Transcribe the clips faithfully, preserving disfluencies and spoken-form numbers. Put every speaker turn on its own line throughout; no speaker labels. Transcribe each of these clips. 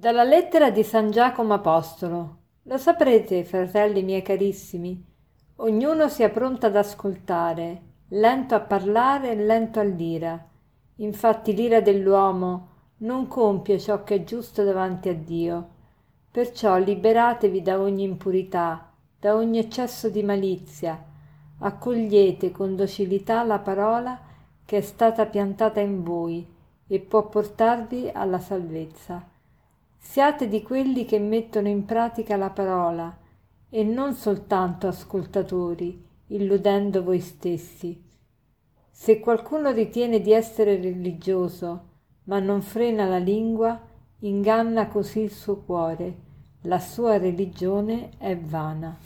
Dalla lettera di San Giacomo Apostolo. Lo saprete, fratelli miei carissimi, ognuno sia pronto ad ascoltare, lento a parlare e lento all'ira. Infatti l'ira dell'uomo non compie ciò che è giusto davanti a Dio. Perciò liberatevi da ogni impurità, da ogni eccesso di malizia. Accogliete con docilità la parola che è stata piantata in voi e può portarvi alla salvezza. Siate di quelli che mettono in pratica la parola e non soltanto ascoltatori, illudendo voi stessi. Se qualcuno ritiene di essere religioso, ma non frena la lingua, inganna così il suo cuore. La sua religione è vana.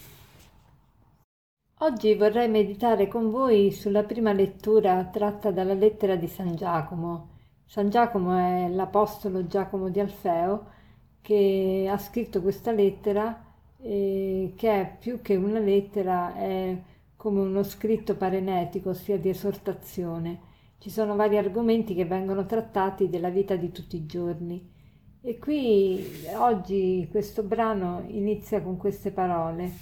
Oggi vorrei meditare con voi sulla prima lettura tratta dalla lettera di San Giacomo. San Giacomo è l'apostolo Giacomo di Alfeo che ha scritto questa lettera, eh, che è più che una lettera, è come uno scritto parenetico, ossia di esortazione. Ci sono vari argomenti che vengono trattati della vita di tutti i giorni. E qui oggi questo brano inizia con queste parole.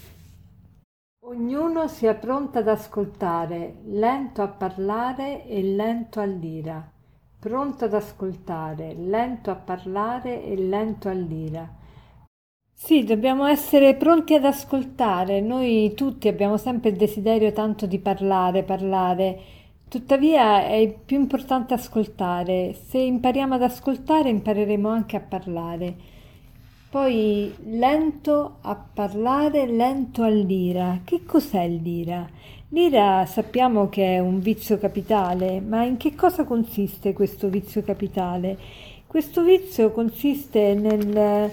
Ognuno sia pronto ad ascoltare, lento a parlare e lento all'ira. Pronto ad ascoltare, lento a parlare e lento all'ira. Sì, dobbiamo essere pronti ad ascoltare. Noi tutti abbiamo sempre il desiderio tanto di parlare, parlare. Tuttavia è più importante ascoltare. Se impariamo ad ascoltare, impareremo anche a parlare. Poi lento a parlare, lento all'ira. Che cos'è l'ira? L'ira sappiamo che è un vizio capitale, ma in che cosa consiste questo vizio capitale? Questo vizio consiste nel,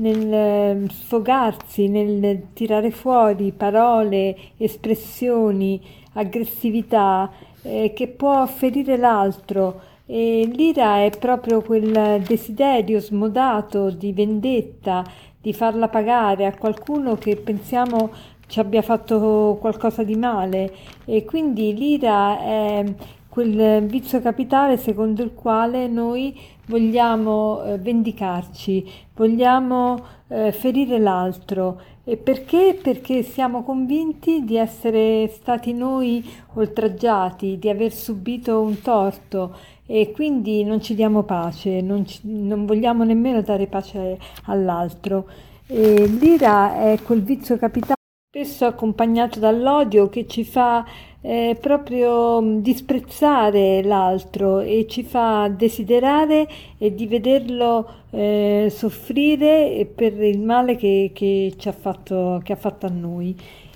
nel sfogarsi, nel tirare fuori parole, espressioni, aggressività eh, che può ferire l'altro. E l'ira è proprio quel desiderio smodato di vendetta, di farla pagare a qualcuno che pensiamo ci abbia fatto qualcosa di male, e quindi l'ira è quel vizio capitale secondo il quale noi vogliamo eh, vendicarci, vogliamo eh, ferire l'altro. E perché? Perché siamo convinti di essere stati noi oltraggiati, di aver subito un torto, e quindi non ci diamo pace, non, ci, non vogliamo nemmeno dare pace all'altro. E l'ira è quel vizio capitale spesso accompagnato dall'odio che ci fa eh, proprio disprezzare l'altro e ci fa desiderare e di vederlo eh, soffrire per il male che, che ci ha fatto, che ha fatto a noi.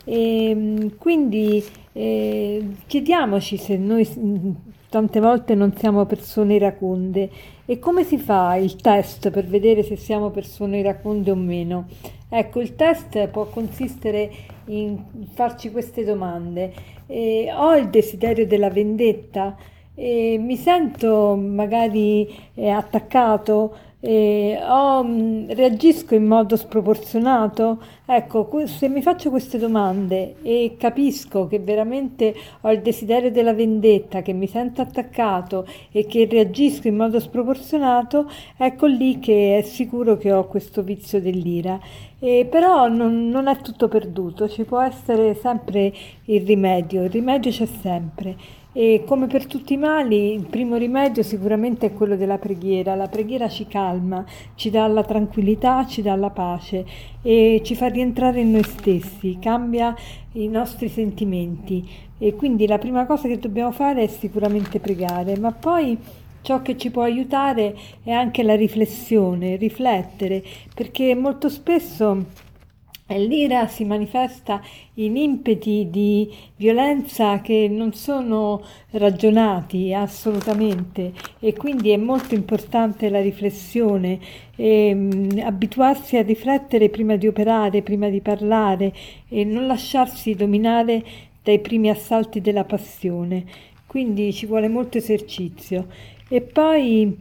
E quindi eh, chiediamoci se noi tante volte non siamo persone iraconde. E come si fa il test per vedere se siamo persone iraconde o meno? Ecco, il test può consistere in farci queste domande. Eh, ho il desiderio della vendetta? Eh, mi sento magari eh, attaccato? Eh, ho, mh, reagisco in modo sproporzionato? Ecco, se mi faccio queste domande e capisco che veramente ho il desiderio della vendetta, che mi sento attaccato e che reagisco in modo sproporzionato, ecco lì che è sicuro che ho questo vizio dell'ira. Eh, però non, non è tutto perduto, ci può essere sempre il rimedio, il rimedio c'è sempre. E come per tutti i mali, il primo rimedio sicuramente è quello della preghiera. La preghiera ci calma, ci dà la tranquillità, ci dà la pace e ci fa rientrare in noi stessi, cambia i nostri sentimenti. E quindi la prima cosa che dobbiamo fare è sicuramente pregare, ma poi ciò che ci può aiutare è anche la riflessione, riflettere, perché molto spesso l'ira si manifesta in impeti di violenza che non sono ragionati assolutamente, e quindi è molto importante la riflessione, e, mh, abituarsi a riflettere prima di operare, prima di parlare, e non lasciarsi dominare dai primi assalti della passione. Quindi ci vuole molto esercizio. E poi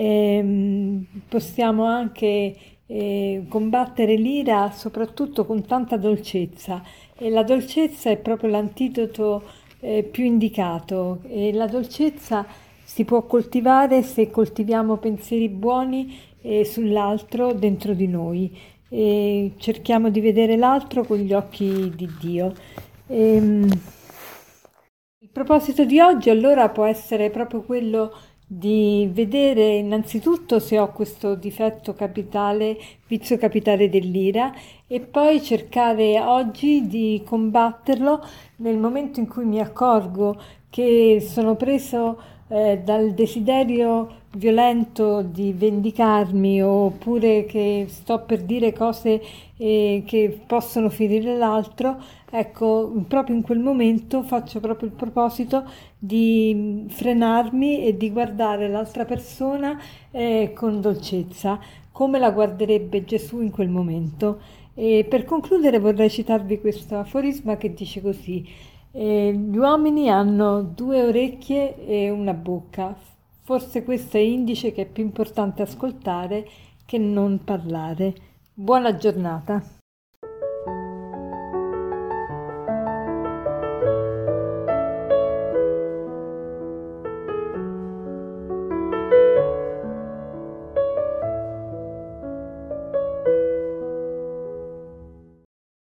ehm, possiamo anche eh, combattere l'ira soprattutto con tanta dolcezza, e la dolcezza è proprio l'antidoto eh, più indicato, e la dolcezza si può coltivare se coltiviamo pensieri buoni eh, sull'altro dentro di noi e cerchiamo di vedere l'altro con gli occhi di Dio. Ehm, il proposito di oggi allora può essere proprio quello di vedere innanzitutto se ho questo difetto capitale, vizio capitale dell'ira, e poi cercare oggi di combatterlo nel momento in cui mi accorgo che sono preso eh, dal desiderio violento di vendicarmi, oppure che sto per dire cose eh, che possono ferire l'altro. Ecco, proprio in quel momento faccio proprio il proposito di frenarmi e di guardare l'altra persona eh, con dolcezza, come la guarderebbe Gesù in quel momento. E per concludere vorrei citarvi questo aforisma che dice così: eh, gli uomini hanno due orecchie e una bocca, forse questo è indice che è più importante ascoltare che non parlare. Buona giornata.